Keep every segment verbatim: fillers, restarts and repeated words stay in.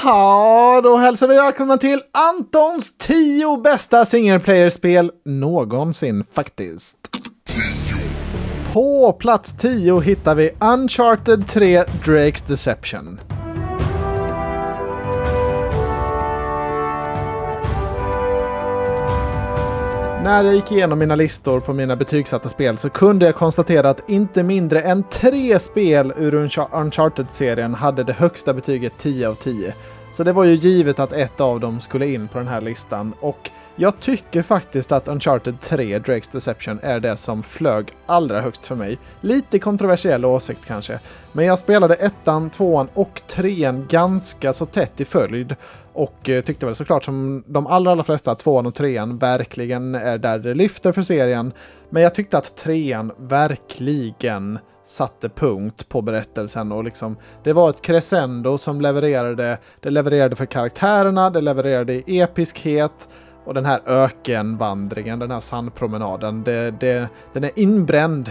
Jaha, då hälsar vi välkomna till Antons tio bästa singleplayer-spel någonsin faktiskt. På plats tio hittar vi Uncharted tre Drake's Deception. När jag gick igenom mina listor på mina betygsatta spel så kunde jag konstatera att inte mindre än tre spel ur Uncharted-serien hade det högsta betyget tio av tio. Så det var ju givet att ett av dem skulle in på den här listan. Och jag tycker faktiskt att Uncharted tre Drake's Deception är det som flög allra högst för mig. Lite kontroversiell åsikt kanske. Men jag spelade ettan, tvåan och trean ganska så tätt i följd. Och eh, tyckte väl såklart som de allra, allra flesta tvåan och trean verkligen är där det lyfter för serien. Men jag tyckte att trean verkligen satte punkt på berättelsen och liksom det var ett crescendo som levererade, det levererade för karaktärerna, det levererade i episkhet och den här ökenvandringen, den här sandpromenaden, det, det, den är inbränd,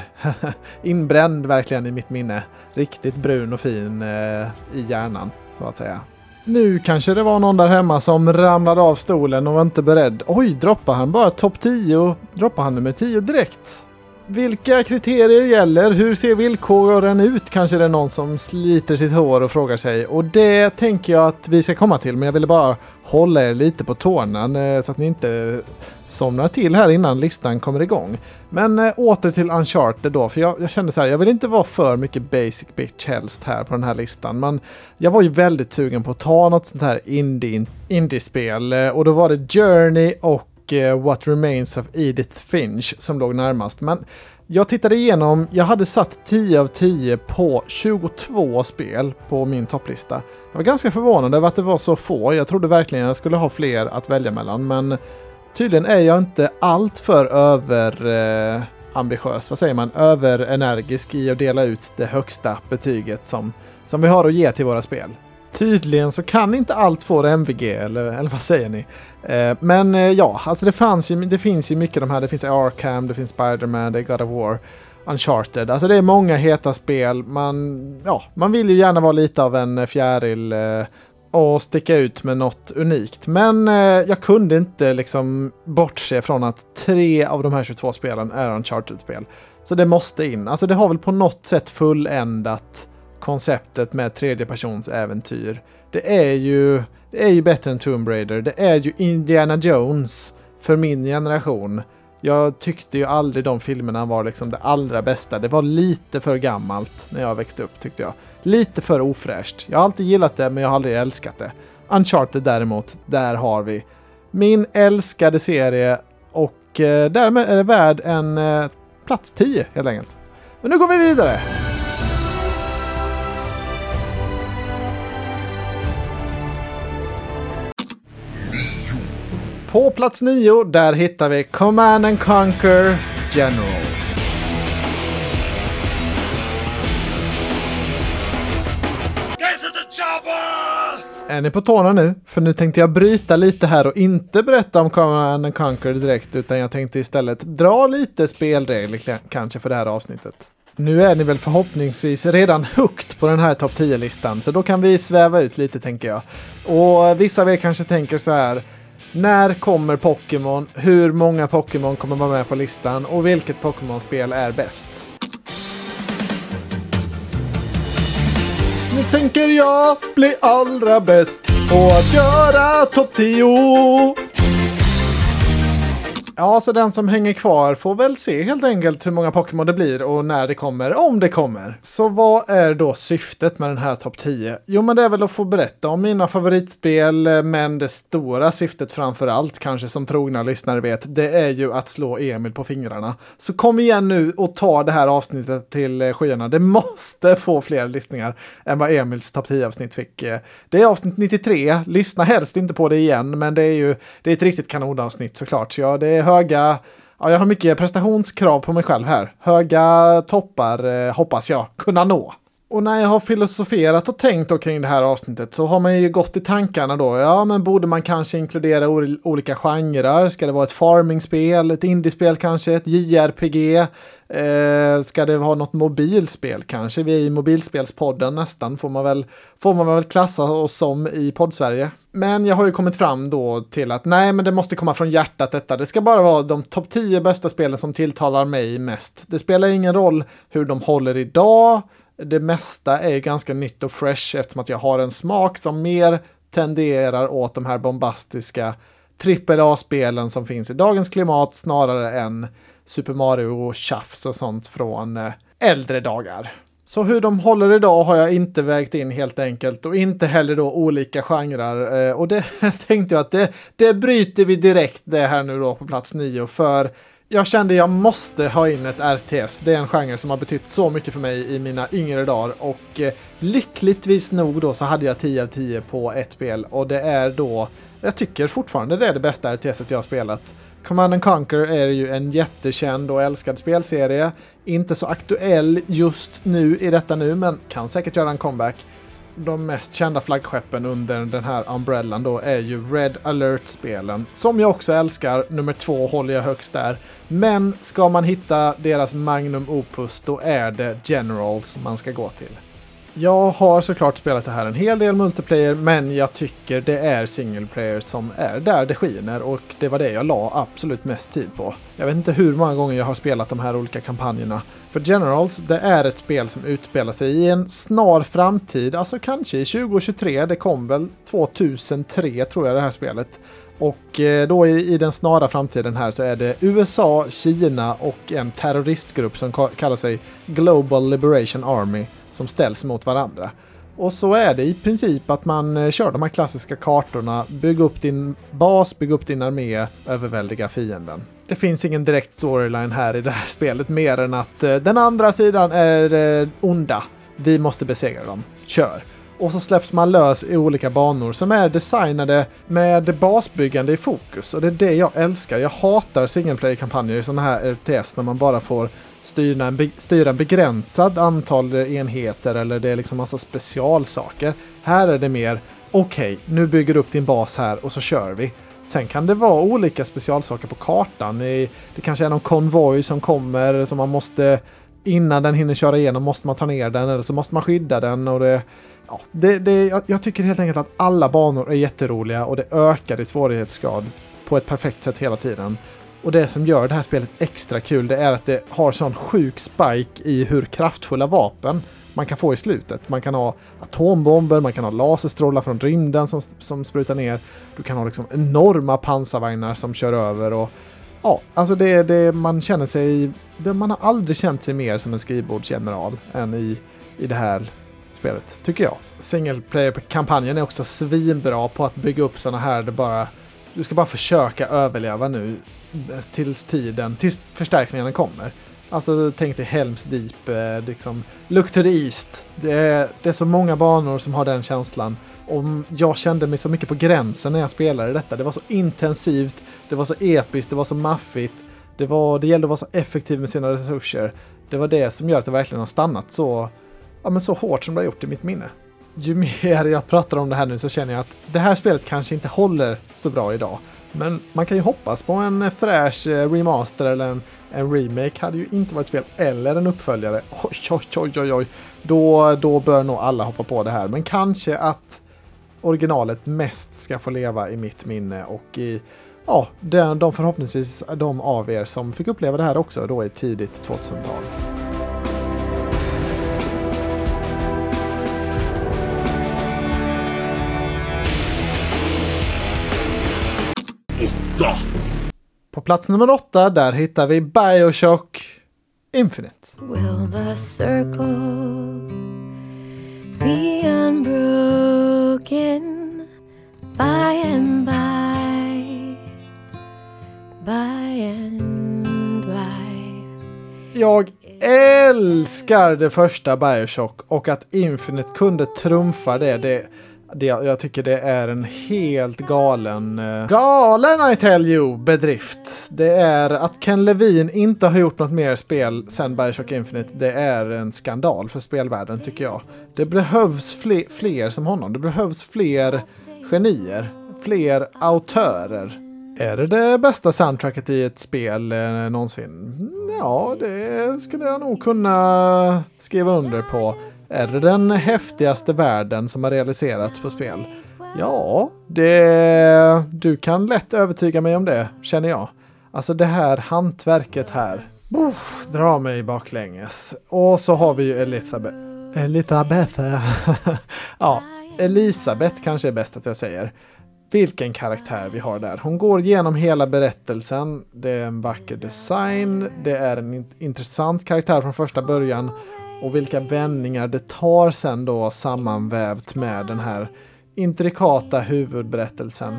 inbränd verkligen i mitt minne, riktigt brun och fin eh, i hjärnan så att säga. Nu kanske det var någon där hemma som ramlade av stolen och var inte beredd. Oj, droppar han bara topp tio? Droppar han nummer tio direkt? Vilka kriterier gäller? Hur ser villkoren ut? Kanske det är någon som sliter sitt hår och frågar sig. Och det tänker jag att vi ska komma till. Men jag ville bara hålla er lite på tårna så att ni inte somnar till här innan listan kommer igång. Men äh, åter till Uncharted då. För jag, jag kände så här, jag vill inte vara för mycket basic bitch helst här på den här listan. Men jag var ju väldigt sugen på att ta något sånt här indie, indie-spel. Och då var det Journey och What Remains of Edith Finch som låg närmast. Men jag tittade igenom, jag hade satt tio av tio på tjugotvå spel på min topplista. Jag var ganska förvånad över att det var så få. Jag trodde verkligen jag skulle ha fler att välja mellan. Men tydligen är jag inte allt för över eh, ambitiös, vad säger man, överenergisk i att dela ut det högsta betyget som, som vi har att ge till våra spel. Tydligen så kan inte allt få M V G, eller, eller vad säger ni? Eh, men eh, ja, alltså det, fanns ju, det finns ju mycket de här. Det finns Arkham, det finns Spider-Man, det är God of War, Uncharted. Alltså det är många heta spel. Man, ja, man vill ju gärna vara lite av en fjäril eh, och sticka ut med något unikt. Men eh, jag kunde inte liksom bortse från att tre av de här tjugotvå spelen är Uncharted-spel. Så det måste in. Alltså det har väl på något sätt fulländat konceptet med tredje persons äventyr. Det är ju det är ju bättre än Tomb Raider. Det är ju Indiana Jones för min generation. Jag tyckte ju aldrig de filmerna var liksom det allra bästa. Det var lite för gammalt när jag växte upp tyckte jag. Lite för ofräscht. Jag har alltid gillat det men jag har aldrig älskat det. Uncharted däremot, där har vi min älskade serie och eh, därmed är det värd en eh, plats tio helt enkelt. Men nu går vi vidare. På plats nio, där hittar vi Command and Conquer Generals. Get to the chopper! Är ni på tårna nu? För nu tänkte jag bryta lite här och inte berätta om Command and Conquer direkt, utan jag tänkte istället dra lite spelregler kanske för det här avsnittet. Nu är ni väl förhoppningsvis redan hooked på den här topp tio-listan, så då kan vi sväva ut lite tänker jag. Och vissa av er kanske tänker så här: när kommer Pokémon? Hur många Pokémon kommer vara med på listan? Och vilket Pokémon-spel är bäst? Nu tänker jag bli allra bäst på att göra topp tio. Ja, så den som hänger kvar får väl se helt enkelt hur många Pokémon det blir och när det kommer, om det kommer. Så vad är då syftet med den här topp tio? Jo, men det är väl att få berätta om mina favoritspel, men det stora syftet framför allt, kanske som trogna lyssnare vet, det är ju att slå Emil på fingrarna. Så kom igen nu och ta det här avsnittet till skyarna. Det måste få fler lyssningar än vad Emils topp tio-avsnitt fick. Det är avsnitt nittiotre, lyssna helst inte på det igen, men det är ju det är ett riktigt kanonavsnitt såklart. Så ja, det är höga, ja, jag har mycket prestationskrav på mig själv här. Höga toppar eh, hoppas jag kunna nå. Och när jag har filosoferat och tänkt då kring det här avsnittet så har man ju gått i tankarna då. Ja, men borde man kanske inkludera o- olika genrer? Ska det vara ett farmingspel, ett indiespel kanske, ett J R P G? Eh, ska det vara något mobilspel kanske? Vi är i mobilspelspodden nästan, får man väl, får man väl klassa oss som i poddsverige. Men jag har ju kommit fram då till att nej, men det måste komma från hjärtat detta. Det ska bara vara de topp tio bästa spelen som tilltalar mig mest. Det spelar ingen roll hur de håller idag. Det mesta är ganska nytt och fresh eftersom att jag har en smak som mer tenderar åt de här bombastiska trippel A-spelen som finns i dagens klimat snarare än Super Mario och tjafs och sånt från äldre dagar. Så hur de håller idag har jag inte vägt in helt enkelt och inte heller då olika genrer. Och det tänkte jag att det, det bryter vi direkt det här nu då på plats nio för jag kände jag måste ha in ett R T S. Det är en genre som har betytt så mycket för mig i mina yngre dagar och eh, lyckligtvis nog då så hade jag tio av tio på ett spel och det är då, jag tycker fortfarande det är det bästa R T S jag har spelat. Command and Conquer är ju en jättekänd och älskad spelserie. Inte så aktuell just nu i detta nu men kan säkert göra en comeback. De mest kända flaggskeppen under den här umbrellan då är ju Red Alert-spelen. Som jag också älskar. Nummer två håller jag högst där. Men ska man hitta deras magnum opus då är det Generals man ska gå till. Jag har såklart spelat det här en hel del multiplayer men jag tycker det är single player som är där det skiner och det var det jag la absolut mest tid på. Jag vet inte hur många gånger jag har spelat de här olika kampanjerna. För Generals, det är ett spel som utspelar sig i en snar framtid, alltså kanske i tjugo tjugotre, det kom väl tjugohundratre tror jag det här spelet. Och då i, i den snara framtiden här så är det U S A, Kina och en terroristgrupp som kallar sig Global Liberation Army som ställs mot varandra. Och så är det i princip att man kör de här klassiska kartorna, bygga upp din bas, bygga upp din armé, överväldiga fienden. Det finns ingen direkt storyline här i det här spelet mer än att eh, den andra sidan är eh, onda. Vi måste besegra dem. Kör! Och så släpps man lös i olika banor som är designade med basbyggande i fokus. Och det är det jag älskar. Jag hatar single player-kampanjer i sådana här R T S när man bara får styra en, be- styra en begränsad antal enheter eller det är liksom massa specialsaker. Här är det mer, okej, okay, nu bygger du upp din bas här och så kör vi. Sen kan det vara olika specialsaker på kartan. Det kanske är någon konvoj som kommer som man måste, innan den hinner köra igenom måste man ta ner den eller så måste man skydda den och det... Ja, det, det, jag, jag tycker helt enkelt att alla banor är jätteroliga och det ökar i svårighetsgrad på ett perfekt sätt hela tiden. Och det som gör det här spelet extra kul det är att det har sån sjuk spike i hur kraftfulla vapen man kan få i slutet. Man kan ha atombomber, man kan ha laserstrålar från rymden som, som sprutar ner. Du kan ha liksom enorma pansarvagnar som kör över och ja, alltså det, det man känner sig, det, man har aldrig känt sig mer som en skrivbordsgeneral än i, i det här spelet, tycker jag. Single player-kampanjen är också svinbra på att bygga upp såna här, det bara, du ska bara försöka överleva nu tills tiden, tills förstärkningarna kommer. Alltså tänk dig Helms Deep, eh, liksom Look to the East. Det är, det är så många banor som har den känslan. Och jag kände mig så mycket på gränsen när jag spelade detta. Det var så intensivt, det var så episkt, det var så maffigt. Det, var, det gällde att vara så effektiv med sina resurser. Det var det som gör att det verkligen har stannat så, ja, men så hårt som det har gjort i mitt minne. Ju mer jag pratar om det här nu så känner jag att det här spelet kanske inte håller så bra idag. Men man kan ju hoppas på en fräsch remaster eller en, en remake hade ju inte varit fel. Eller en uppföljare. Oj, oj, oj, oj, oj. Då, då bör nog alla hoppa på det här. Men kanske att originalet mest ska få leva i mitt minne. Och i, ja, de, de förhoppningsvis de av er som fick uppleva det här också då i tidigt tvåtusental. På plats nummer åtta, där hittar vi BioShock Infinite. Will the circle be unbroken by and by, by and by. Jag älskar det första BioShock och att Infinite kunde trumfa det, det Det, jag tycker det är en helt galen, uh, galen I tell you, bedrift. Det är att Ken Levine inte har gjort något mer spel sen Bioshock Infinite. Det är en skandal för spelvärlden tycker jag. Det behövs fler, fler som honom. Det behövs fler genier, fler autörer. Är det det bästa soundtracket i ett spel eh, någonsin? Ja, det skulle jag nog kunna skriva under på. Är det den häftigaste världen som har realiserats på spel? Ja, det, du kan lätt övertyga mig om det, känner jag. Alltså det här hantverket här. Uff, dra mig baklänges. Och så har vi ju Elizabeth. Elizabeth. Ja, Elisabeth kanske är bäst att jag säger. Vilken karaktär vi har där. Hon går igenom hela berättelsen. Det är en vacker design. Det är en int- intressant karaktär från första början. Och vilka vändningar det tar sen då sammanvävt med den här intrikata huvudberättelsen.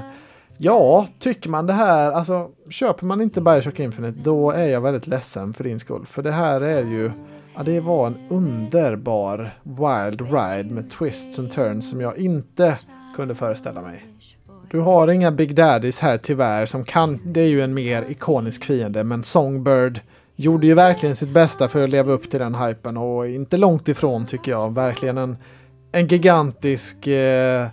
Ja, tycker man det här, alltså köper man inte Bioshock Infinite, då är jag väldigt ledsen för din skull. För det här är ju, ja, det var en underbar wild ride med twists and turns som jag inte kunde föreställa mig. Du har inga Big Daddies här tyvärr som kan, det är ju en mer ikonisk fiende, men Songbird gjorde ju verkligen sitt bästa för att leva upp till den hypen och inte långt ifrån tycker jag. Verkligen en, en gigantisk, eh,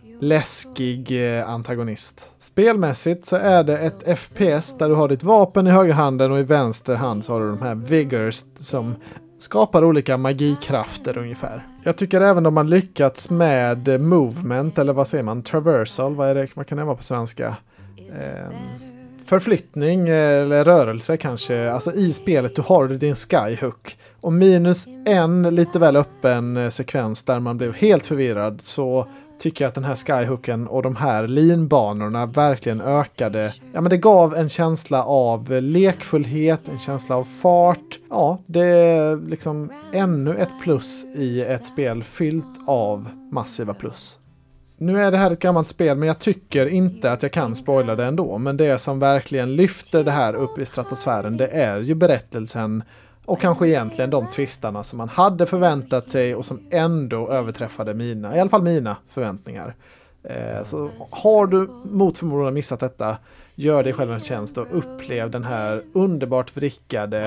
läskig eh, antagonist. Spelmässigt så är det ett F P S där du har ditt vapen i högerhanden och i vänster hand så har du de här vigors som skapar olika magikrafter ungefär. Jag tycker även om man lyckats med movement, eller vad säger man, traversal, vad, är det, vad kan det vara på svenska? Eh, förflyttning eller rörelse kanske. Alltså i spelet du har du din skyhook. Och minus en lite väl öppen sekvens där man blev helt förvirrad så tycker jag att den här skyhooken och de här linbanorna verkligen ökade. Ja, men det gav en känsla av lekfullhet, en känsla av fart. Ja, det är liksom ännu ett plus i ett spel fyllt av massiva plus. Nu är det här ett gammalt spel, men jag tycker inte att jag kan spoila det ändå. Men det som verkligen lyfter det här upp i stratosfären, det är ju berättelsen och kanske egentligen de twistarna som man hade förväntat sig och som ändå överträffade mina, i alla fall mina förväntningar. Eh, så har du mot förmodan missat detta, gör dig själv en tjänst och upplev den här underbart vrickade,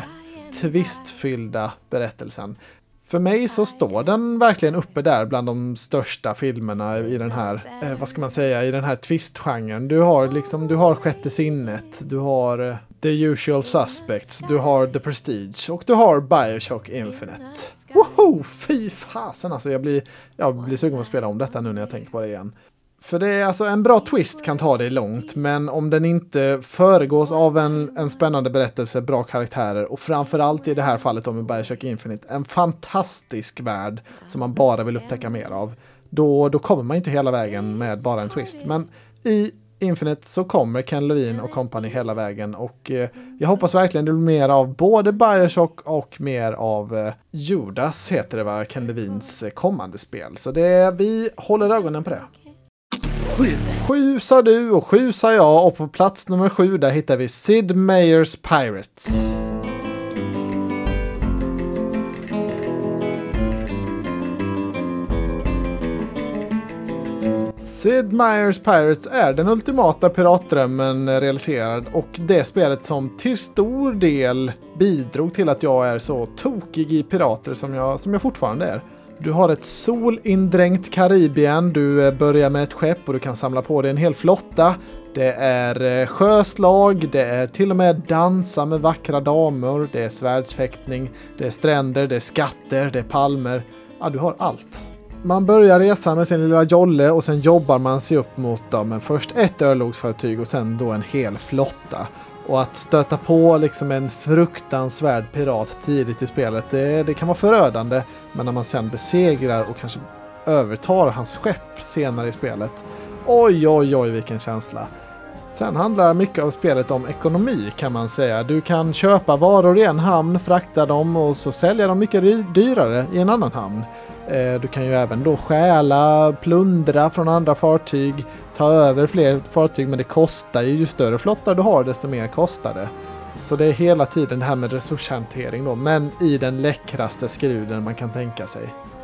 twistfyllda berättelsen. För mig så står den verkligen uppe där bland de största filmerna i den här, eh, vad ska man säga, i den här twist-genren. Du har liksom, du har Sjätte sinnet, du har eh, The Usual Suspects, du har The Prestige och du har Bioshock Infinite. Woho! Fy fasen alltså, jag blir, jag blir sugen på att spela om detta nu när jag tänker på det igen. För det är alltså en bra twist kan ta dig långt, men om den inte föregås av en, en spännande berättelse, bra karaktärer och framförallt i det här fallet med Bioshock Infinite, en fantastisk värld som man bara vill upptäcka mer av, då, då kommer man inte hela vägen med bara en twist. Men i Infinite så kommer Ken Levine och company hela vägen och eh, jag hoppas verkligen det blir mer av både Bioshock och mer av eh, Judas heter det va, Ken Levines eh, kommande spel. Så det, vi håller ögonen på det. Sju. Sju sa du och sju sa jag och på plats nummer sju där hittar vi Sid Meier's Pirates. Sid Meier's Pirates är den ultimata piratdrömmen realiserad och det spelet som till stor del bidrog till att jag är så tokig i pirater som jag, som jag fortfarande är. Du har ett solindränkt Karibien, du börjar med ett skepp och du kan samla på dig en hel flotta. Det är sjöslag, det är till och med dansa med vackra damer, det är svärdsfäktning, det är stränder, det är skatter, det är palmer. Ja, du har allt. Man börjar resa med sin lilla jolle och sen jobbar man sig upp mot dem, men först ett örlogsfartyg och sen då en hel flotta. Och att stöta på liksom en fruktansvärd pirat tidigt i spelet, det, det kan vara förödande. Men när man sen besegrar och kanske övertar hans skepp senare i spelet, oj oj oj vilken känsla. Sen handlar mycket av spelet om ekonomi kan man säga. Du kan köpa varor i en hamn, frakta dem och så sälja dem mycket dyrare i en annan hamn. Du kan ju även då stjäla, plundra från andra fartyg, ta över fler fartyg, men det kostar ju, ju större flottar du har desto mer kostar det. Så det är hela tiden det här med resurshantering då, men i den läckraste skruden man kan tänka sig.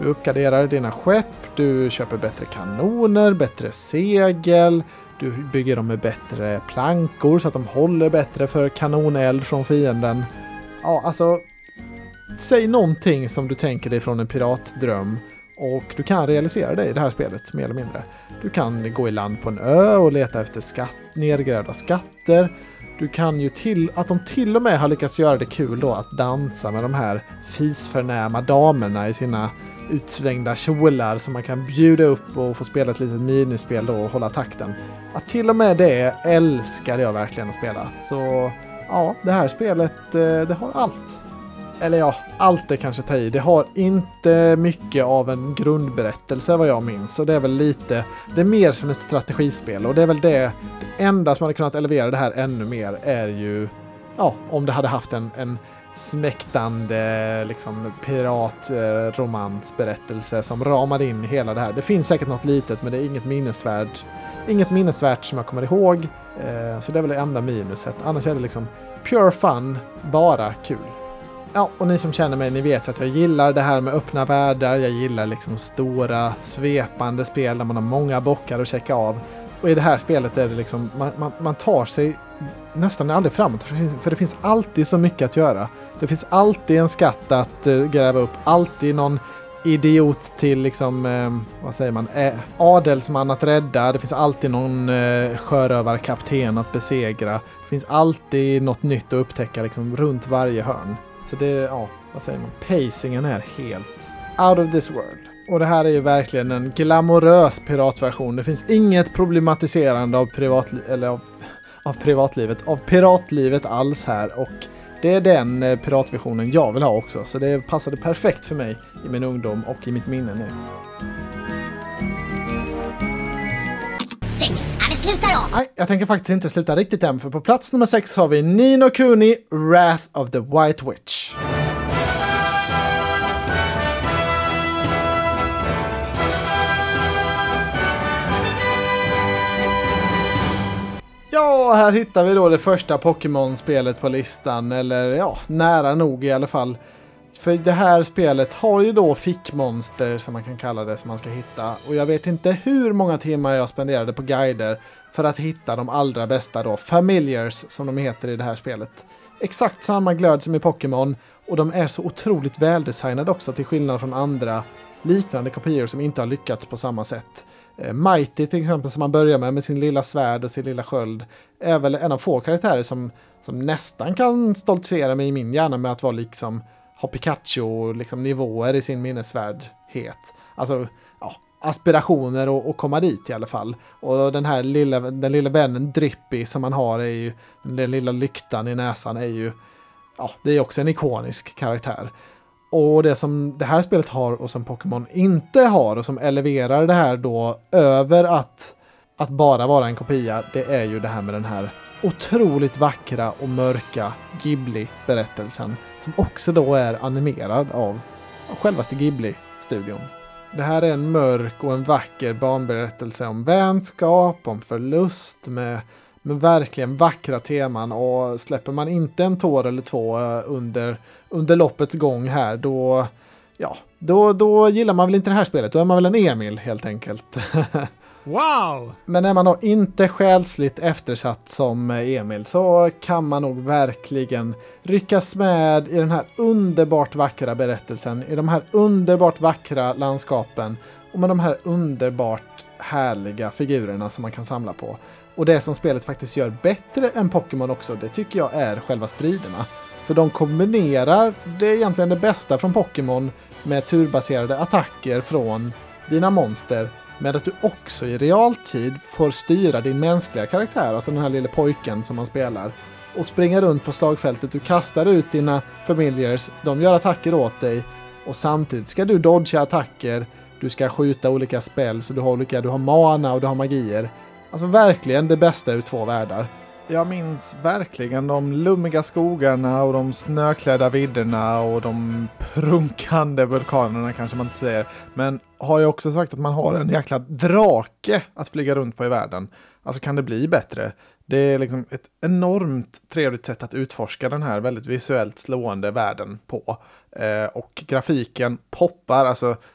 Du uppgraderar dina skepp, du köper bättre kanoner, bättre segel, du bygger dem med bättre plankor så att de håller bättre för kanoneld från fienden. Ja, alltså, säg någonting som du tänker dig från en piratdröm och du kan realisera det i det här spelet, mer eller mindre. Du kan gå i land på en ö och leta efter skatt, nedgrävda skatter. Du kan ju till, att de till och med har lyckats göra det kul då att dansa med de här fisförnäma damerna i sina utsvängda kjolar som man kan bjuda upp och få spela ett litet minispel då och hålla takten. Att till och med det älskar jag verkligen att spela. Så ja, det här spelet, det har allt. Eller ja, allt det kanske tar i. Det har inte mycket av en grundberättelse vad jag minns. Så det är väl lite, det är mer som ett strategispel. Och det är väl det, det enda som hade kunnat elevera det här ännu mer är ju, ja, om det hade haft en, en smäktande liksom piratromansberättelse som ramade in hela det här. Det finns säkert något litet, men det är inget minnesvärt, inget minnesvärt som jag kommer ihåg. Eh, så det är väl det enda minuset. Annars är det liksom pure fun, bara kul. Ja, och ni som känner mig, ni vet att jag gillar det här med öppna världar. Jag gillar liksom stora, svepande spel där man har många bockar att checka av. Och i det här spelet är det liksom, man, man, man tar sig nästan aldrig framåt. För det, finns, för det finns alltid så mycket att göra. Det finns alltid en skatt att uh, gräva upp. Alltid någon idiot till liksom, uh, vad säger man, äh, adelsman att rädda. Det finns alltid någon uh, sjörövarkapten att besegra. Det finns alltid något nytt att upptäcka liksom, runt varje hörn. Så det, ja, vad säger man? Pacingen är helt out of this world. Och det här är ju verkligen en glamorös piratversion. Det finns inget problematiserande av, privatli- eller av, av privatlivet, av piratlivet alls här. Och det är den eh, piratversionen jag vill ha också. Så det passade perfekt för mig i min ungdom och i mitt minne nu. Sex, ja, det slutar då. Nej, jag tänker faktiskt inte sluta riktigt än. För på plats nummer sex har vi Ni no Kuni, Wrath of the White Witch. Ja, här hittar vi då det första Pokémon-spelet på listan, eller ja, nära nog i alla fall. För det här spelet har ju då fickmonster som man kan kalla det som man ska hitta. Och jag vet inte hur många timmar jag spenderade på guider för att hitta de allra bästa då, familiars som de heter i det här spelet. Exakt samma glöd som i Pokémon och de är så otroligt väldesignade också till skillnad från andra liknande kopior som inte har lyckats på samma sätt. Mighty till exempel som man börjar med med sin lilla svärd och sin lilla sköld är väl en av få karaktärer som, som nästan kan stoltsera mig i min hjärna med att vara liksom ha Pikachu liksom nivåer i sin minnesvärdhet. Alltså ja, aspirationer och, och komma dit i alla fall. Och den här lilla, den lilla vännen Drippy som man har är ju, den lilla lyktan i näsan är ju, ja, det är också en ikonisk karaktär. Och det som det här spelet har och som Pokémon inte har och som eleverar det här då över att, att bara vara en kopia, det är ju det här med den här otroligt vackra och mörka Ghibli-berättelsen som också då är animerad av, av självaste Ghibli-studion. Det här är en mörk och en vacker barnberättelse om vänskap, om förlust med, med verkligen vackra teman, och släpper man inte en tår eller två under, under loppets gång här, då, ja, då, då gillar man väl inte det här spelet. Då är man väl en Emil helt enkelt. Wow! Men är man då inte själsligt eftersatt som Emil så kan man nog verkligen ryckas med i den här underbart vackra berättelsen, i de här underbart vackra landskapen och med de här underbart härliga figurerna som man kan samla på. Och det som spelet faktiskt gör bättre än Pokémon också, det tycker jag är själva striderna. För de kombinerar det egentligen det bästa från Pokémon med turbaserade attacker från dina monster, med att du också i realtid får styra din mänskliga karaktär, alltså den här lilla pojken som man spelar, och springa runt på slagfältet. Du kastar ut dina familiars, de gör attacker åt dig, och samtidigt ska du dodga attacker, du ska skjuta olika spells, du har olika, du har mana och du har magier. Alltså verkligen det bästa ur två världar. Jag minns verkligen de lummiga skogarna och de snöklädda vidderna och de prunkande vulkanerna kanske man inte säger. Men har jag också sagt att man har en jäkla drake att flyga runt på i världen. Alltså kan det bli bättre? Det är liksom ett enormt trevligt sätt att utforska den här väldigt visuellt slående världen på. Eh, och grafiken poppar, alltså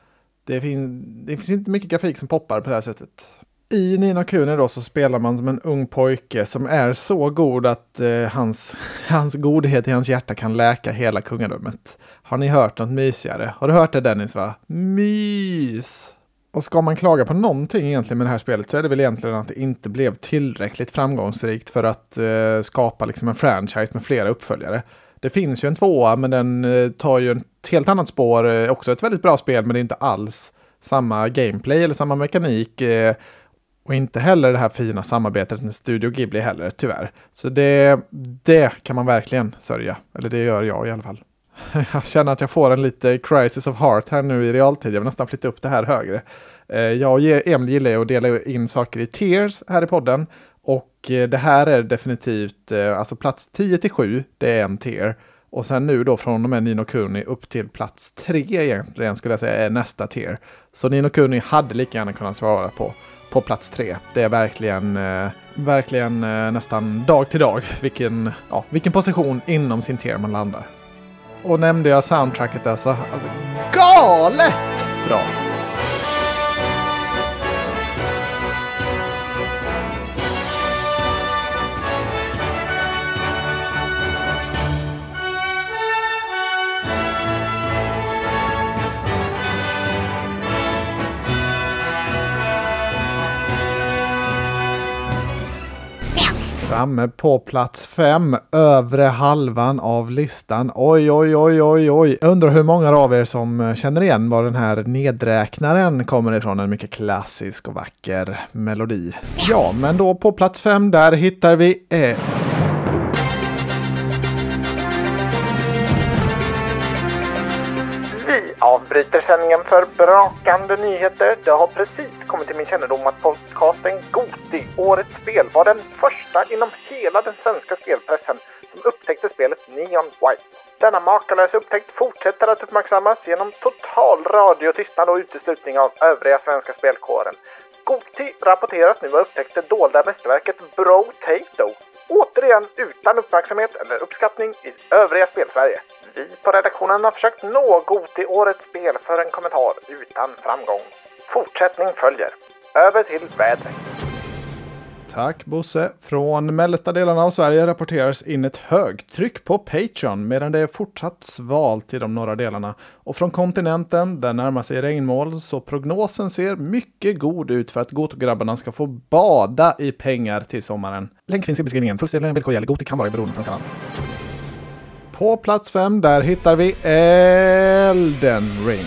Det, fin- det finns inte mycket grafik som poppar på det här sättet. I Ni no Kuni då så spelar man som en ung pojke som är så god att eh, hans, hans godhet i hans hjärta kan läka hela kungadömet. Har ni hört något mysigare? Har du hört det, Dennis, va? Mys! Och ska man klaga på någonting egentligen med det här spelet så är det väl egentligen att det inte blev tillräckligt framgångsrikt för att eh, skapa liksom en franchise med flera uppföljare. Det finns ju en tvåa, men den eh, tar ju ett helt annat spår. Eh, också ett väldigt bra spel, men det är inte alls samma gameplay eller samma mekanik. Eh, och inte heller det här fina samarbetet med Studio Ghibli heller, tyvärr. Så det, det kan man verkligen sörja. Eller det gör jag i alla fall. Jag känner att jag får en lite crisis of heart här nu i realtid. Jag vill nästan flytta upp det här högre. Eh, jag och Emil gillar att dela in saker i tiers här i podden. Och det här är definitivt, alltså plats tio till sju, det är en tier. Och sen nu då från och med Ni no Kuni upp till plats tre egentligen skulle jag säga är nästa tier. Så Ni no Kuni hade lika gärna kunnat svara på, på plats tre. Det är verkligen, eh, verkligen eh, nästan dag till dag vilken, ja, vilken position inom sin tier man landar. Och nämnde jag soundtracket alltså, alltså galet bra! Framme på plats fem, övre halvan av listan. Oj, oj, oj, oj, oj. Jag undrar hur många av er som känner igen var den här nedräknaren kommer ifrån. En mycket klassisk och vacker melodi. Ja, men då på plats fem där hittar vi... Eh, Vi avbryter sändningen för brakande nyheter. Det har precis kommit till min kännedom att podcasten Goti, årets spel, var den första inom hela den svenska spelpressen som upptäckte spelet Neon White. Denna makalösa upptäckt fortsätter att uppmärksammas genom total radiotystnad och uteslutning av övriga svenska spelkåren. Goti rapporteras nu ha upptäckt det dolda mästerverket Brotato. Återigen utan uppmärksamhet eller uppskattning i övriga spelsverige. Vi på redaktionen har försökt nå Goti årets spel för en kommentar utan framgång. Fortsättning följer. Över till vädret. Tack Bosse. Från mellersta delarna av Sverige rapporteras in ett högtryck på Patreon medan det är fortsatt svalt i de norra delarna. Och från kontinenten, där närmar sig regnmål, så prognosen ser mycket god ut för att Goto-grabbarna ska få bada i pengar till sommaren. Länk finns i beskrivningen. Fullständiga villkor gäller. Goto kan vara beroende från kanalen. På plats fem där hittar vi Elden Ring.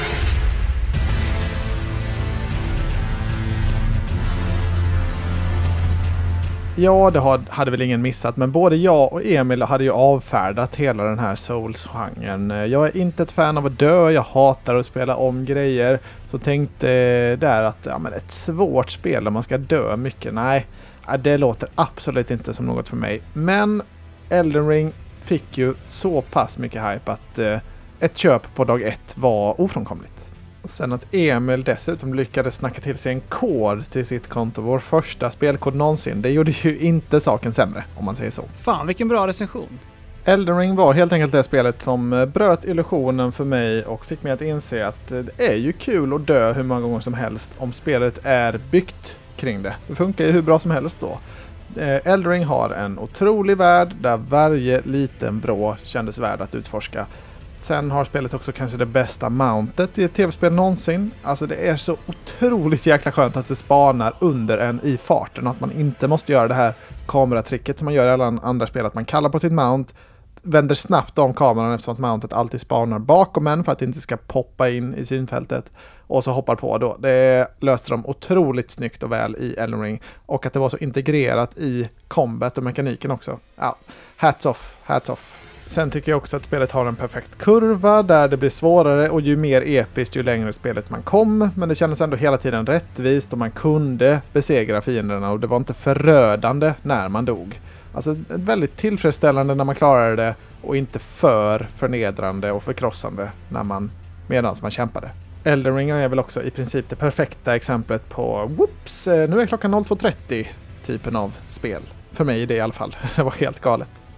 Ja, det hade väl ingen missat, men både jag och Emil hade ju avfärdat hela den här Souls-genren. Jag är inte ett fan av att dö, jag hatar att spela om grejer. Så tänkte där att ja, men ett svårt spel där man ska dö mycket, nej, det låter absolut inte som något för mig. Men Elden Ring fick ju så pass mycket hype att eh, ett köp på dag ett var ofrånkomligt. Och sen att Emil dessutom lyckades snacka till sig en kod till sitt konto, vår första spelkod någonsin, det gjorde ju inte saken sämre, om man säger så. Fan, vilken bra recension. Elden Ring var helt enkelt det spelet som bröt illusionen för mig och fick mig att inse att det är ju kul att dö hur många gånger som helst om spelet är byggt kring det. Det funkar ju hur bra som helst då. Elden Ring har en otrolig värld där varje liten vrå kändes värd att utforska. Sen har spelet också kanske det bästa mountet i ett tv-spel någonsin. Alltså det är så otroligt jäkla skönt att det spanar under en i farten. Att man inte måste göra det här kameratricket som man gör i alla andra spel. Att man kallar på sitt mount, vänder snabbt om kameran eftersom att mountet alltid spanar bakom en för att det inte ska poppa in i synfältet. Och så hoppar på då. Det löste de otroligt snyggt och väl i Elden Ring. Och att det var så integrerat i combat och mekaniken också. Ja, hats off, hats off. Sen tycker jag också att spelet har en perfekt kurva där det blir svårare och ju mer episkt ju längre spelet man kom. Men det kändes ändå hela tiden rättvist och man kunde besegra fienderna och det var inte förödande när man dog. Alltså väldigt tillfredsställande när man klarade det och inte för förnedrande och förkrossande när man, medan man kämpade. Elden Ring är väl också i princip det perfekta exemplet på whoops, nu är klockan noll två trettio typen av spel. För mig är det i alla fall. Det var helt galet.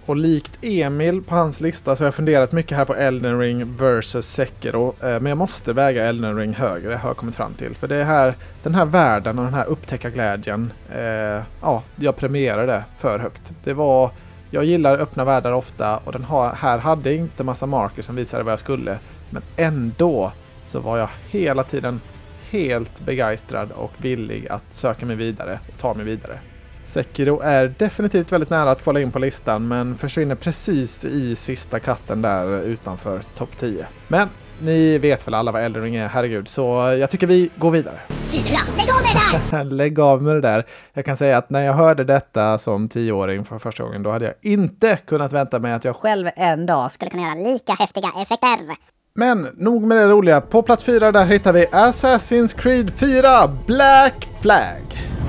Och likt Emil på hans lista så har jag funderat mycket här på Elden Ring versus Sekiro. Men jag måste väga Elden Ring högre, har jag kommit fram till. För det är här, den här världen och den här upptäckarglädjen, eh, ja, jag premierar det för högt. Det var, jag gillar öppna världar ofta och den har, här hade inte massa marker som visade vad jag skulle. Men ändå så var jag hela tiden helt begeistrad och villig att söka mig vidare och ta mig vidare. Sekiro är definitivt väldigt nära att kvala in på listan, men försvinner precis i sista katten där utanför topp tio. Men ni vet väl alla vad Elden Ring är, herregud, så jag tycker vi går vidare. Fyra, lägg av med det där! Lägg av med det där. Jag kan säga att när jag hörde detta som tioåring för första gången, då hade jag inte kunnat vänta mig att jag Själv en dag skulle kunna göra lika häftiga effekter. Men nog med det roliga. På plats fyra där hittar vi Assassin's Creed fyra Black Flag.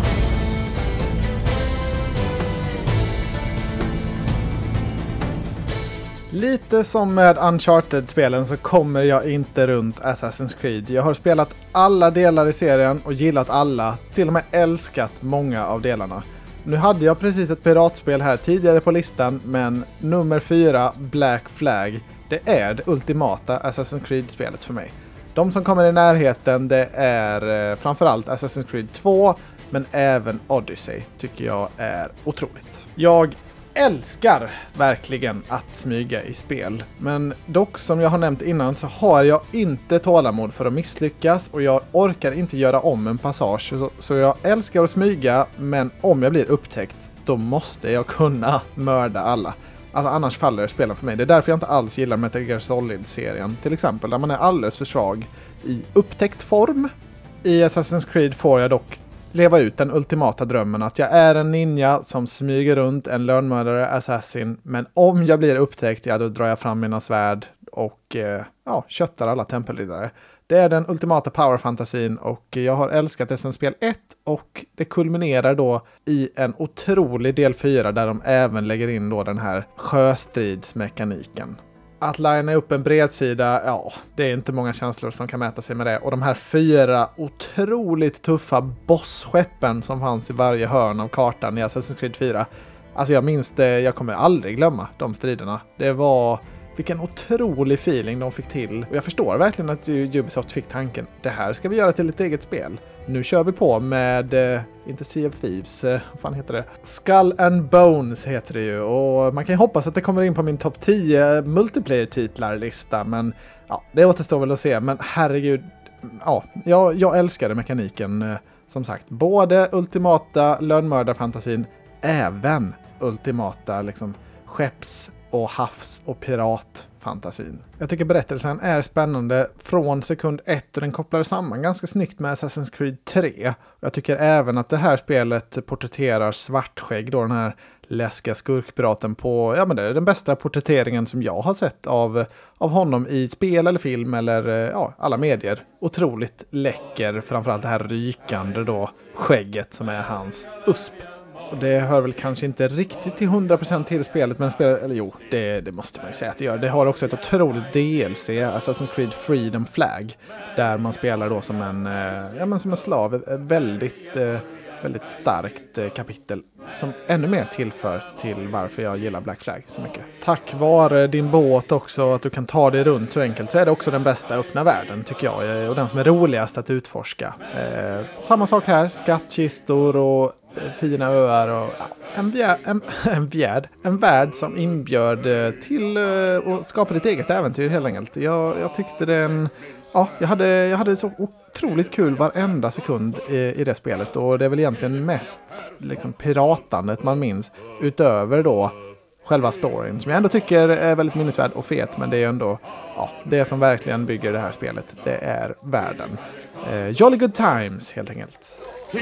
Lite som med Uncharted-spelen så kommer jag inte runt Assassin's Creed. Jag har spelat alla delar i serien och gillat alla, till och med älskat många av delarna. Nu hade jag precis ett piratspel här tidigare på listan, men nummer fyra, Black Flag, det är det ultimata Assassin's Creed-spelet för mig. De som kommer i närheten, det är eh, framförallt Assassin's Creed två, men även Odyssey tycker jag är otroligt. Jag älskar verkligen att smyga i spel, men dock som jag har nämnt innan så har jag inte tålamod för att misslyckas och jag orkar inte göra om en passage, så, så jag älskar att smyga, men om jag blir upptäckt då måste jag kunna mörda alla. Alltså annars faller spelen för mig. Det är därför jag inte alls gillar Metal Gear Solid-serien till exempel, där man är alldeles för svag i upptäckt form. I Assassin's Creed får jag dock leva ut den ultimata drömmen att jag är en ninja som smyger runt, en lönnmördare, assassin, men om jag blir upptäckt, ja då drar jag fram mina svärd och eh, ja, köttar alla tempelriddare. Det är den ultimata powerfantasin och jag har älskat det sedan spel ett och det kulminerar då i en otrolig del fyra där de även lägger in då den här sjöstridsmekaniken. Att linea upp en bredsida, ja, det är inte många känslor som kan mäta sig med det. Och de här fyra otroligt tuffa bossskeppen som fanns i varje hörn av kartan i Assassin's Creed fyra. Alltså jag minns det, jag kommer aldrig glömma de striderna. Det var, vilken otrolig feeling de fick till. Och jag förstår verkligen att Ubisoft fick tanken, det här ska vi göra till ett eget spel. Nu kör vi på med, eh, inte Sea of Thieves, eh, vad fan heter det? Skull and Bones heter det ju. Och man kan ju hoppas att det kommer in på min topp tio multiplayer-titlar-lista. Men ja, det återstår väl att se. Men herregud, ja, jag, jag älskade mekaniken. Eh, som sagt, både ultimata lönnmördarfantasin, även ultimata liksom skepps- och havs- och piratfantasin. Jag tycker berättelsen är spännande från sekund ett och den kopplar samman ganska snyggt med Assassin's Creed tre. Jag tycker även att det här spelet porträtterar Svartskägg, då den här läskiga skurkpiraten på, ja men det är den bästa porträtteringen som jag har sett av, av honom i spel eller film eller ja, alla medier. Otroligt läcker, framförallt det här rykande då skägget som är hans U S P. Och det hör väl kanske inte riktigt till hundra procent till spelet, men spelet, eller jo, det, det måste man ju säga att det gör. Det har också ett otroligt D L C, Assassin's Creed Freedom Flag, där man spelar då som en, ja, men som en slav, ett väldigt, väldigt starkt kapitel som ännu mer tillför till varför jag gillar Black Flag så mycket. Tack vare din båt också, att du kan ta dig runt så enkelt, så är det också den bästa öppna världen tycker jag, och den som är roligast att utforska. Eh, samma sak här, skattkistor och fina öar och ja, en, värld, en, en, värld, en värld som inbjöd till uh, att skapa ditt eget äventyr helt enkelt. Jag, jag tyckte den, ja, jag hade, jag hade så otroligt kul varenda sekund i, i det spelet, och det är väl egentligen mest liksom piratandet man minns utöver då själva storyn, som jag ändå tycker är väldigt minnesvärd och fet, men det är ändå ja, det som verkligen bygger det här spelet, det är världen. Eh, Jolly Good Times helt enkelt.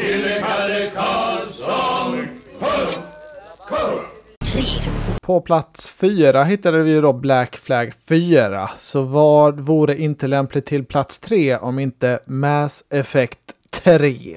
På plats fyra hittade vi då Black Flag fyra. Så vad vore inte lämpligt till plats tre om inte Mass Effect tre?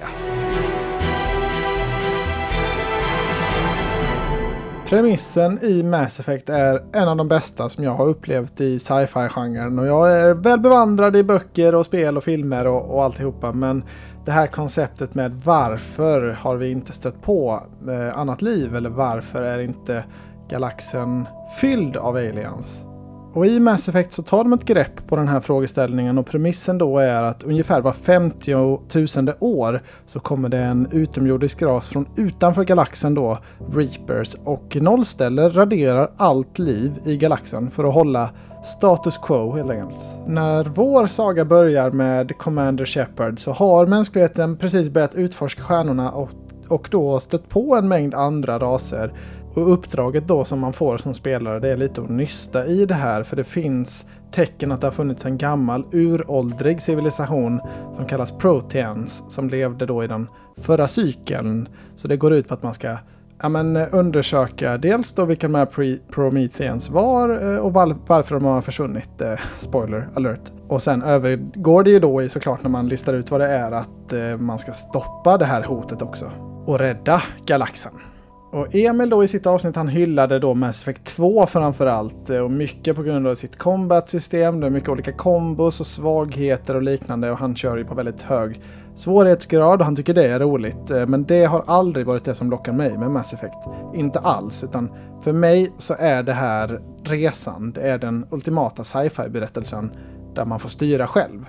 Premissen i Mass Effect är en av de bästa som jag har upplevt i sci-fi-genren, och jag är väl bevandrad i böcker och spel och filmer och, och alltihopa, men det här konceptet med varför har vi inte stött på eh, annat liv, eller varför är inte galaxen fylld av aliens. Och i Mass Effect så tar de ett grepp på den här frågeställningen och premissen då är att ungefär var femtiotusende år så kommer det en utomjordisk ras från utanför galaxen då, Reapers, och nollställer raderar allt liv i galaxen för att hålla status quo helt enkelt. När vår saga börjar med Commander Shepard så har mänskligheten precis börjat utforska stjärnorna och, och då stött på en mängd andra raser. Och uppdraget då som man får som spelare, det är lite att nysta i det här, för det finns tecken att det har funnits en gammal uråldrig civilisation som kallas Proteans som levde då i den förra cykeln. Så det går ut på att man ska ja, men, undersöka dels då vilka de här pre- Prometheans var och var- varför de har försvunnit. Eh, spoiler alert. Och sen övergår det ju då i såklart när man listar ut vad det är att eh, man ska stoppa det här hotet också och rädda galaxen. Och Emil då i sitt avsnitt, han hyllade då Mass Effect två framförallt, och mycket på grund av sitt combat-system. Det är mycket olika kombos och svagheter och liknande, och han kör ju på väldigt hög svårighetsgrad och han tycker det är roligt. Men det har aldrig varit det som lockar mig med Mass Effect. Inte alls, utan för mig så är det här resan, det är den ultimata sci-fi-berättelsen där man får styra själv.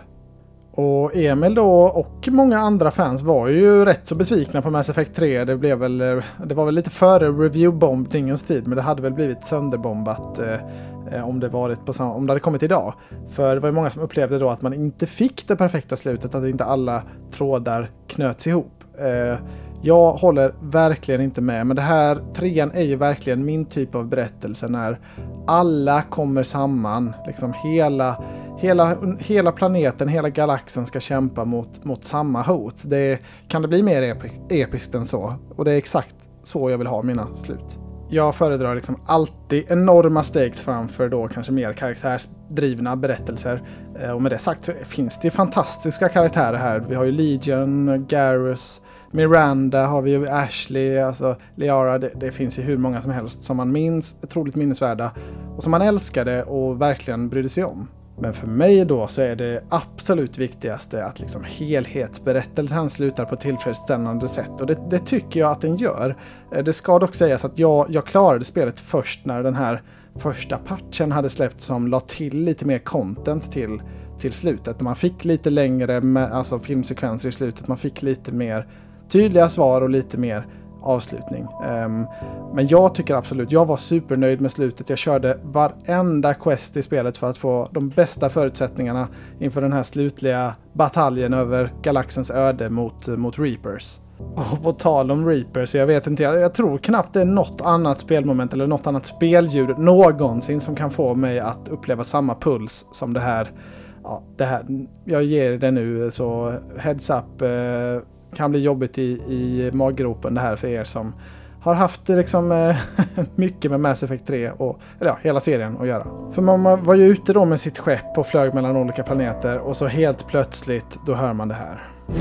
Och Emil då och många andra fans var ju rätt så besvikna på Mass Effect tre. Det, blev väl, det var väl lite före review-bombningens tid, men det hade väl blivit sönderbombat eh, om, det varit på sam- om det hade kommit idag. För det var ju många som upplevde då att man inte fick det perfekta slutet, att inte alla trådar knöts ihop. Eh, jag håller verkligen inte med, men det här trean är ju verkligen min typ av berättelse när alla kommer samman, liksom hela... Hela, hela planeten, hela galaxen ska kämpa mot, mot samma hot. Det, kan det bli mer epi- episkt än så? Och det är exakt så jag vill ha mina slut. Jag föredrar liksom alltid enorma stakes framför då kanske mer karaktärsdrivna berättelser. Och med det sagt så finns det fantastiska karaktärer här. Vi har ju Legion, Garrus, Miranda, har vi ju Ashley, alltså Liara. Det, det finns ju hur många som helst som man minns, otroligt minnesvärda. Och som man älskade och verkligen brydde sig om. Men för mig då så är det absolut viktigaste att liksom helhetsberättelsen slutar på ett tillfredsställande sätt. Och det, det tycker jag att den gör. Det ska dock sägas att jag, jag klarade spelet först när den här första patchen hade släppt som la till lite mer content till, till slutet. Man fick lite längre med, alltså filmsekvenser i slutet. Man fick lite mer tydliga svar och lite mer avslutning. Um, men jag tycker absolut, jag var supernöjd med slutet. Jag körde varenda quest i spelet för att få de bästa förutsättningarna inför den här slutliga bataljen över galaxens öde mot, mot Reapers. Och på tal om Reapers, jag vet inte, jag, jag tror knappt det är något annat spelmoment eller något annat spelljud någonsin som kan få mig att uppleva samma puls som det här. Ja, det här, jag ger det nu, så heads up, eh, kan bli jobbigt i, i maggropen det här för er som har haft liksom, eh, mycket med Mass Effect tre och eller ja, hela serien att göra. För man var ju ute då med sitt skepp och flög mellan olika planeter och så helt plötsligt då hör man det här.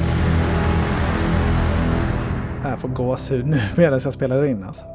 Jag får gåshud nu medan jag spelar in alltså.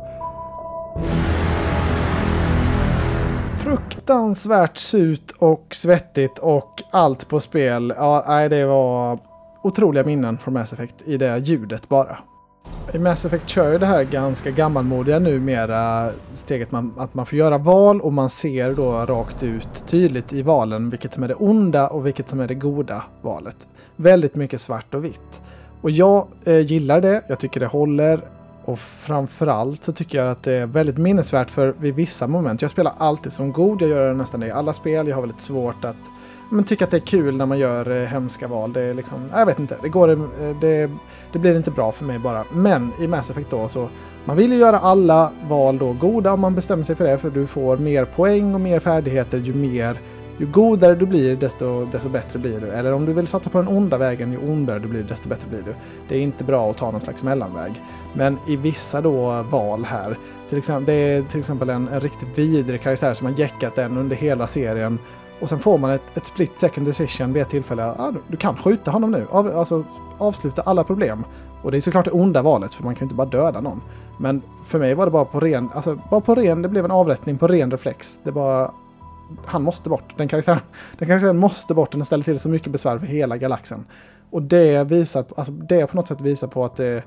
Fruktansvärt surt och svettigt och allt på spel. Ja, nej, det var otroliga minnen från Mass Effect i det ljudet bara. I Mass Effect kör ju det här ganska gammalmodiga numera steget man, att man får göra val och man ser då rakt ut tydligt i valen vilket som är det onda och vilket som är det goda valet. Väldigt mycket svart och vitt. Och jag eh, gillar det, jag tycker det håller och framförallt så tycker jag att det är väldigt minnesvärt för vid vissa moment. Jag spelar alltid som god, jag gör det nästan i alla spel, jag har väldigt svårt att men tycker att det är kul när man gör eh, hemska val. Det är liksom, jag vet inte, det går eh, det, det blir inte bra för mig bara. Men i Mass Effect då så man vill ju göra alla val då goda om man bestämmer sig för det, för du får mer poäng och mer färdigheter ju mer ju godare du blir desto, desto bättre blir du. Eller om du vill satsa på den onda vägen, ju ondare du blir desto bättre blir du. Det är inte bra att ta någon slags mellanväg. Men i vissa då val här, till exempel, det är till exempel en, en riktigt vidrig karaktär som har jäckat den under hela serien. Och sen får man ett, ett split second decision vid ett tillfälle. Ah, du kan skjuta honom nu. Av, alltså avsluta alla problem. Och det är såklart det onda valet, för man kan ju inte bara döda någon. Men för mig var det bara på ren, alltså bara på ren, det blev en avrättning på ren reflex. Det bara, han måste bort. Den karaktären, den karaktären måste bort. Den ställer till så mycket besvär för hela galaxen. Och det visar, alltså det på något sätt visar på att det,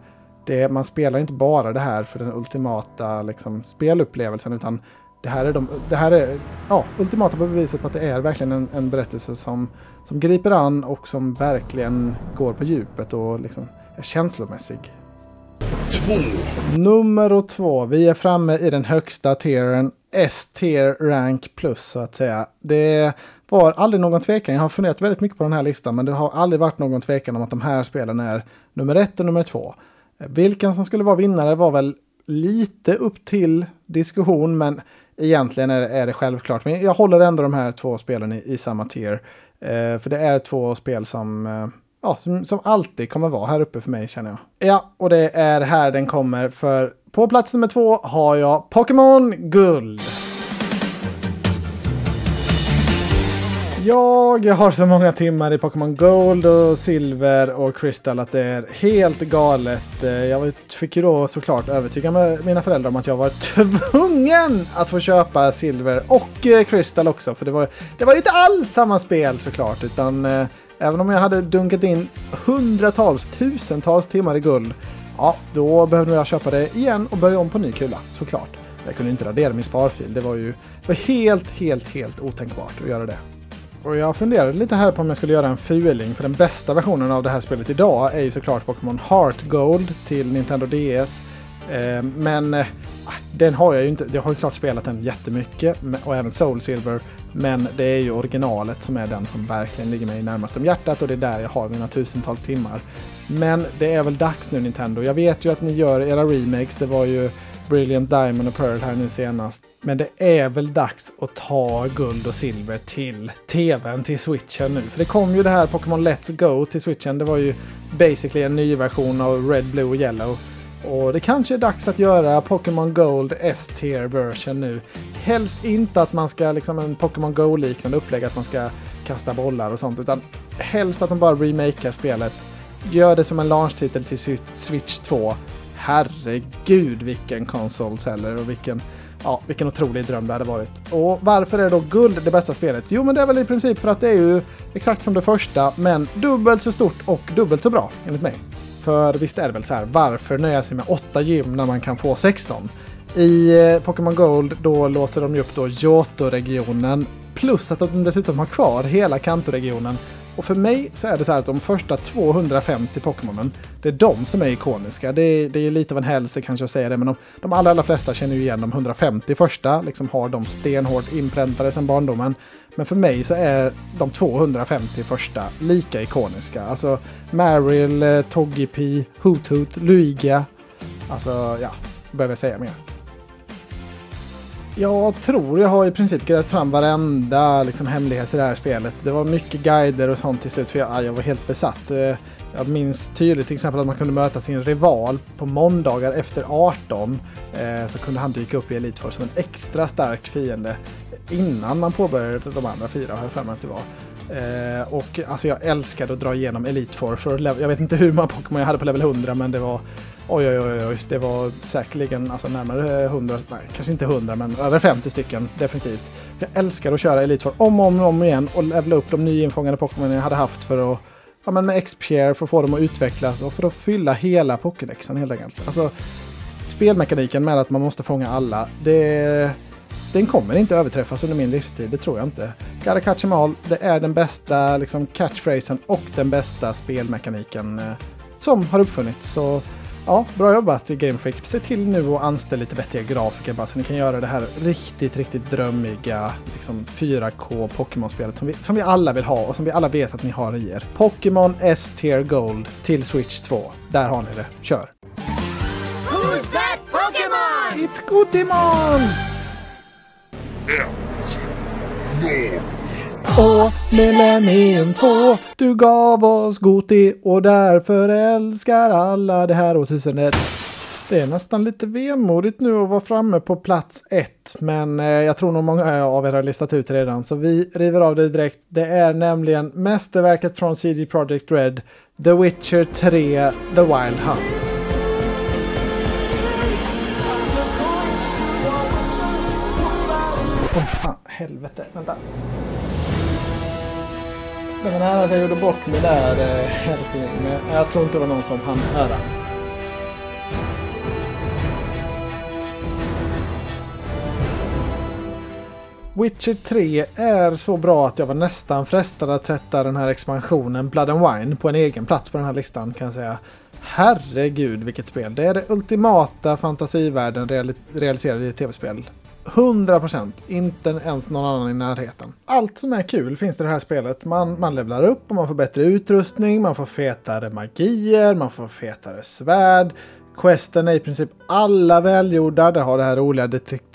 det, man spelar inte bara det här för den ultimata liksom, spelupplevelsen, utan det här är, de, det här är ja, ultimata beviset på att det är verkligen en, en berättelse som, som griper an och som verkligen går på djupet och liksom är känslomässig. Två. Nummer två. Vi är framme i den högsta tieren, S-tier rank plus så att säga. Det var aldrig någon tvekan. Jag har funderat väldigt mycket på den här listan, men det har aldrig varit någon tvekan om att de här spelen är nummer ett och nummer två. Vilken som skulle vara vinnare var väl lite upp till diskussion, men egentligen är, är det självklart. Men jag håller ändå de här två spelen i, i samma tier. Eh, för det är två spel som, eh, ja, som, som alltid kommer vara här uppe för mig, känner jag. Ja, och det är här den kommer. För på plats nummer två har jag Pokémon Guld. Jag har så många timmar i Pokémon Gold och Silver och Crystal att det är helt galet. Jag fick ju då såklart övertyga mina föräldrar om att jag var tvungen att få köpa Silver och Crystal också. För det var, det var ju inte alls samma spel såklart, utan eh, även om jag hade dunkat in hundratals, tusentals timmar i guld, ja, då behövde jag köpa det igen och börja om på ny kula, såklart. Jag kunde inte radera min sparfil. Det var ju det var helt, helt, helt otänkbart att göra det. Och jag funderade lite här på om jag skulle göra en fueling, för den bästa versionen av det här spelet idag är ju såklart Pokémon Heart Gold till Nintendo D S. Eh, men eh, den har jag ju inte, jag har ju klart spelat den jättemycket, och även Soul Silver, men det är ju originalet som är den som verkligen ligger mig närmast om hjärtat, och det är där jag har mina tusentals timmar. Men det är väl dags nu, Nintendo. Jag vet ju att ni gör era remakes, det var ju Brilliant Diamond och Pearl här nu senast. Men det är väl dags att ta guld och silver till tvn, till Switchen nu. För det kom ju det här Pokémon Let's Go till Switchen. Det var ju basically en ny version av Red, Blue och Yellow. Och det kanske är dags att göra Pokémon Gold S-tier version nu. Helst inte att man ska liksom en Pokémon Go-liknande upplägg, att man ska kasta bollar och sånt. Utan helst att de bara remakear spelet. Gör det som en launch-titel till Switch två. Herregud, vilken konsol säljer och vilken, ja, vilken otrolig dröm det hade varit. Och varför är då guld det bästa spelet? Jo, men det är väl i princip för att det är ju exakt som det första, men dubbelt så stort och dubbelt så bra, enligt mig. För visst är det väl så här, varför nöja sig med åtta gym när man kan få sexton? I eh, Pokémon Gold då låser de ju upp då Johto-regionen, plus att de dessutom har kvar hela Kanto-regionen. Och för mig så är det så här att de första tvåhundrafemtio Pokémonen, det är de som är ikoniska. Det är, det är lite av en hälsa kanske att säga det, men de, de allra, allra flesta känner ju igen de hundrafemtio första, liksom har de stenhårt inpräntade sedan barndomen. Men för mig så är de tvåhundrafemtio första lika ikoniska. Alltså Marill, Togepi, Hoothoot, Luigia. Alltså ja, behöver jag säga mer. Jag tror jag har i princip grävt fram varenda liksom, hemlighet i det här spelet. Det var mycket guider och sånt till slut, för jag, jag var helt besatt. Jag minns tydligt till exempel att man kunde möta sin rival på måndagar efter arton. Eh, så kunde han dyka upp i Elite Four som en extra stark fiende innan man påbörjade de andra fyra, har jag för mig att det var. Eh, och alltså jag älskade att dra igenom Elite Four. För level, jag vet inte hur många Pokémon jag hade på level hundra, men det var oj oj oj oj, det var säkerligen alltså närmare hundra, nej kanske inte hundra, men över femtio stycken definitivt. Jag älskar att köra Elite Four om och om, om igen och levela upp de nyinfångade Pokémon jag hade haft för att, ja men med X P för att få dem att utvecklas och för att fylla hela Pokédexen helt enkelt. Alltså spelmekaniken med att man måste fånga alla, det den kommer inte överträffas under min livstid, det tror jag inte. Gotta catch 'em all, det är den bästa liksom, catchphrasen och den bästa spelmekaniken eh, som har uppfunnits. Så ja, bra jobbat Game Freak. Se till nu att anställa lite bättre grafiker bara så ni kan göra det här riktigt, riktigt drömmiga liksom fyra K Pokémon-spelet som vi, som vi alla vill ha och som vi alla vet att ni har i er. Pokémon S-tier Gold till Switch två. Där har ni det. Kör! Who's that Pokémon? It's Gotemon! Ett, noll. Och Millennium två, du gav oss Goti och därför älskar alla det här årtusendet. Det är nästan lite vemodigt nu att vara framme på plats ett, men eh, jag tror nog många av er har listat ut redan, så vi river av det direkt. Det är nämligen mästerverket från C D Projekt Red, The Witcher tre, The Wild Hunt. Åh, fan, helvete, vänta. Det var nära att jag gjorde bort mig där eh, helt enkelt, men jag tror inte det var någon som hann höra. Witcher tre är så bra att jag var nästan frestad att sätta den här expansionen Blood and Wine på en egen plats på den här listan, kan jag säga. Herregud, vilket spel. Det är det ultimata fantasivärlden reali- realiserade i tv-spel. hundra procent, inte ens någon annan i närheten. Allt som är kul finns i det här spelet. Man, man levlar upp och man får bättre utrustning, man får fetare magier, man får fetare svärd. Questen är i princip alla välgjorda. Det har det här roliga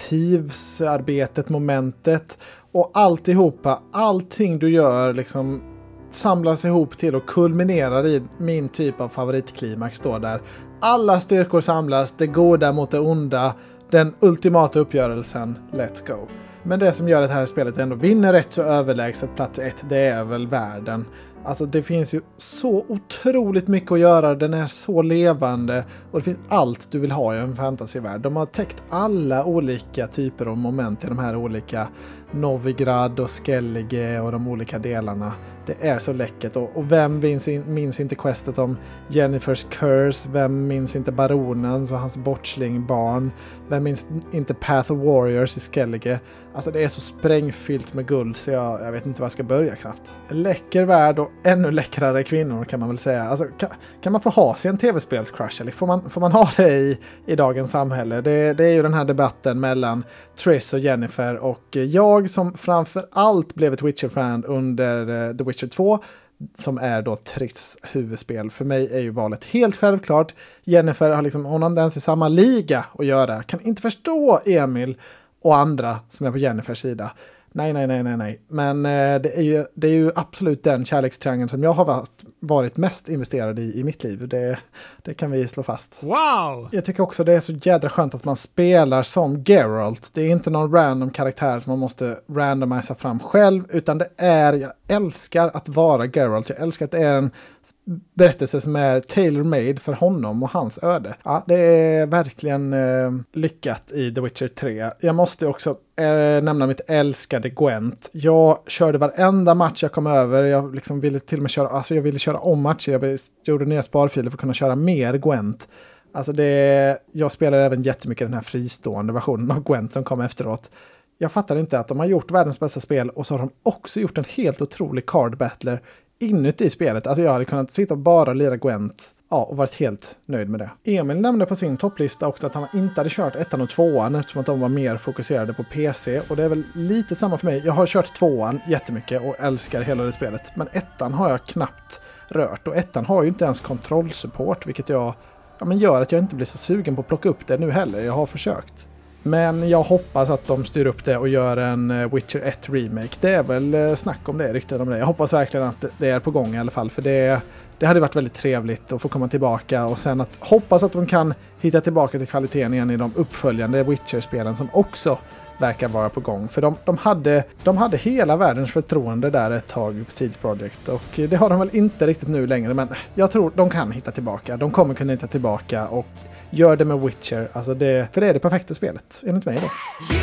detektivsarbetet, momentet. Och alltihopa, allting du gör liksom samlas ihop till och kulminerar i min typ av favoritklimax då där. Alla styrkor samlas, det goda mot det onda, den ultimata uppgörelsen, let's go. Men det som gör att det här spelet ändå vinner rätt så överlägset plats ett, det är väl världen. Alltså det finns ju så otroligt mycket att göra, den är så levande och det finns allt du vill ha i en fantasyvärld. De har täckt alla olika typer av moment i de här olika Novigrad och Skellige och de olika delarna. Det är så läckert och, och vem minns, in, minns inte questet om Jennifer's Curse, vem minns inte Baronen och hans bortsling-barn, vem minns inte Path of Warriors i Skellige. Alltså det är så sprängfyllt med guld så jag, jag vet inte var jag ska börja knappt. Läcker värld och ännu läckrare kvinnor kan man väl säga. Alltså kan, kan man få ha sig en tv-spelscrush eller får man, får man ha det i, i dagens samhälle? Det, det är ju den här debatten mellan Triss och Jennifer och jag som framför allt blev ett Witcher-fan under uh, The Witcher två som är då Triss huvudspel. För mig är ju valet helt självklart. Jennifer har liksom, hon har inte ens i samma liga att göra. Kan inte förstå Emil och andra som är på Jennifers sida. Nej, nej, nej, nej, nej. Men eh, det, är ju, det är ju absolut den kärlekstriangeln som jag har varit, varit mest investerad i i mitt liv. Det, det kan vi slå fast. Wow! Jag tycker också det är så jädra skönt att man spelar som Geralt. Det är inte någon random karaktär som man måste randomisa fram själv. Utan det är, jag älskar att vara Geralt. Jag älskar att det är en berättelse som är tailor-made för honom och hans öde. Ja, det är verkligen eh, lyckat i The Witcher tre. Jag måste också eh, nämna mitt älskade Gwent. Jag körde varenda match jag kom över. Jag liksom ville till och med köra, alltså jag ville köra om matcher. Jag gjorde nya sparfiler för att kunna köra mer Gwent. Alltså det, jag spelar även jättemycket den här fristående versionen av Gwent som kom efteråt. Jag fattar inte att de har gjort världens bästa spel och så har de också gjort en helt otrolig card battler inuti spelet. Alltså jag hade kunnat sitta och bara lira Gwent, ja, och varit helt nöjd med det. Emil nämnde på sin topplista också att han inte hade kört ettan och tvåan eftersom att de var mer fokuserade på P C. Och det är väl lite samma för mig. Jag har kört tvåan jättemycket och älskar hela det spelet. Men ettan har jag knappt rört. Och ettan har ju inte ens kontrollsupport, vilket jag, ja, men gör att jag inte blir så sugen på att plocka upp det nu heller. Jag har försökt. Men jag hoppas att de styr upp det och gör en Witcher ett remake. Det är väl snack om det, rykten om det. Jag hoppas verkligen att det är på gång i alla fall. För det, det hade varit väldigt trevligt att få komma tillbaka. Och sen att hoppas att de kan hitta tillbaka till kvaliteten igen i de uppföljande Witcher-spelen som också verkar vara på gång. För de, de, hade, de hade hela världens förtroende där ett tag på C D Projekt. Och det har de väl inte riktigt nu längre. Men jag tror de kan hitta tillbaka. De kommer kunna hitta tillbaka och gör det med Witcher. Alltså det, för det är det perfekta spelet, enligt mig då.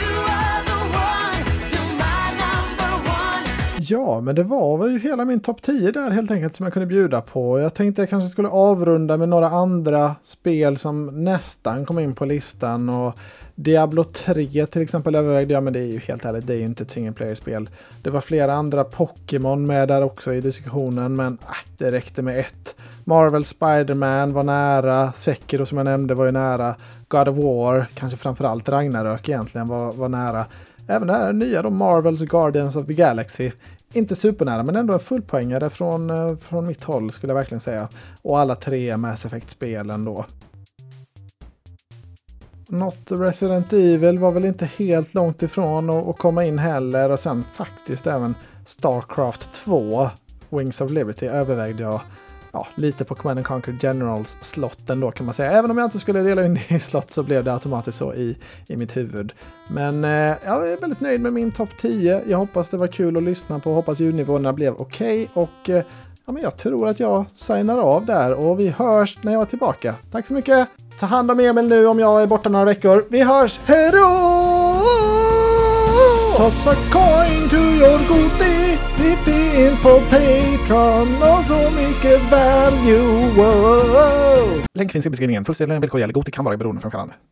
Ja, men det var ju hela min topp tio där helt enkelt som jag kunde bjuda på. Jag tänkte jag kanske skulle avrunda med några andra spel som nästan kom in på listan. Och Diablo tre till exempel övervägde jag, men det är ju helt ärligt, det är ju inte ett single player-spel. Det var flera andra Pokémon med där också i diskussionen, men äh, det räckte med ett. Marvel Spider-Man var nära, Sekiro som jag nämnde var ju nära, God of War, kanske framförallt Ragnarök egentligen var, var nära. Även det här nya då, Marvels Guardians of the Galaxy. Inte supernära, men ändå en fullpoängare från, från mitt håll skulle jag verkligen säga. Och alla tre Mass Effect-spelen då. Något Resident Evil var väl inte helt långt ifrån att komma in heller. Och sen faktiskt även Starcraft två, Wings of Liberty, övervägde jag. Ja, lite på Command and Conquer Generals slotten då kan man säga. Även om jag inte skulle dela in det i slott så blev det automatiskt så i, i mitt huvud. Men eh, jag är väldigt nöjd med min topp tio. Jag hoppas det var kul att lyssna på. Hoppas ljudnivåerna blev okej. Okay. Och eh, ja, men jag tror att jag signar av där. Och vi hörs när jag är tillbaka. Tack så mycket. Ta hand om Emil nu om jag är borta några veckor. Vi hörs. Hej då! Toss a coin to your goodie. Vi finns på Patreon och så mycket value. Wow. Länk finns i beskrivningen. Fullständiga villkor gäller. Goodie kan vara beroende från varandra.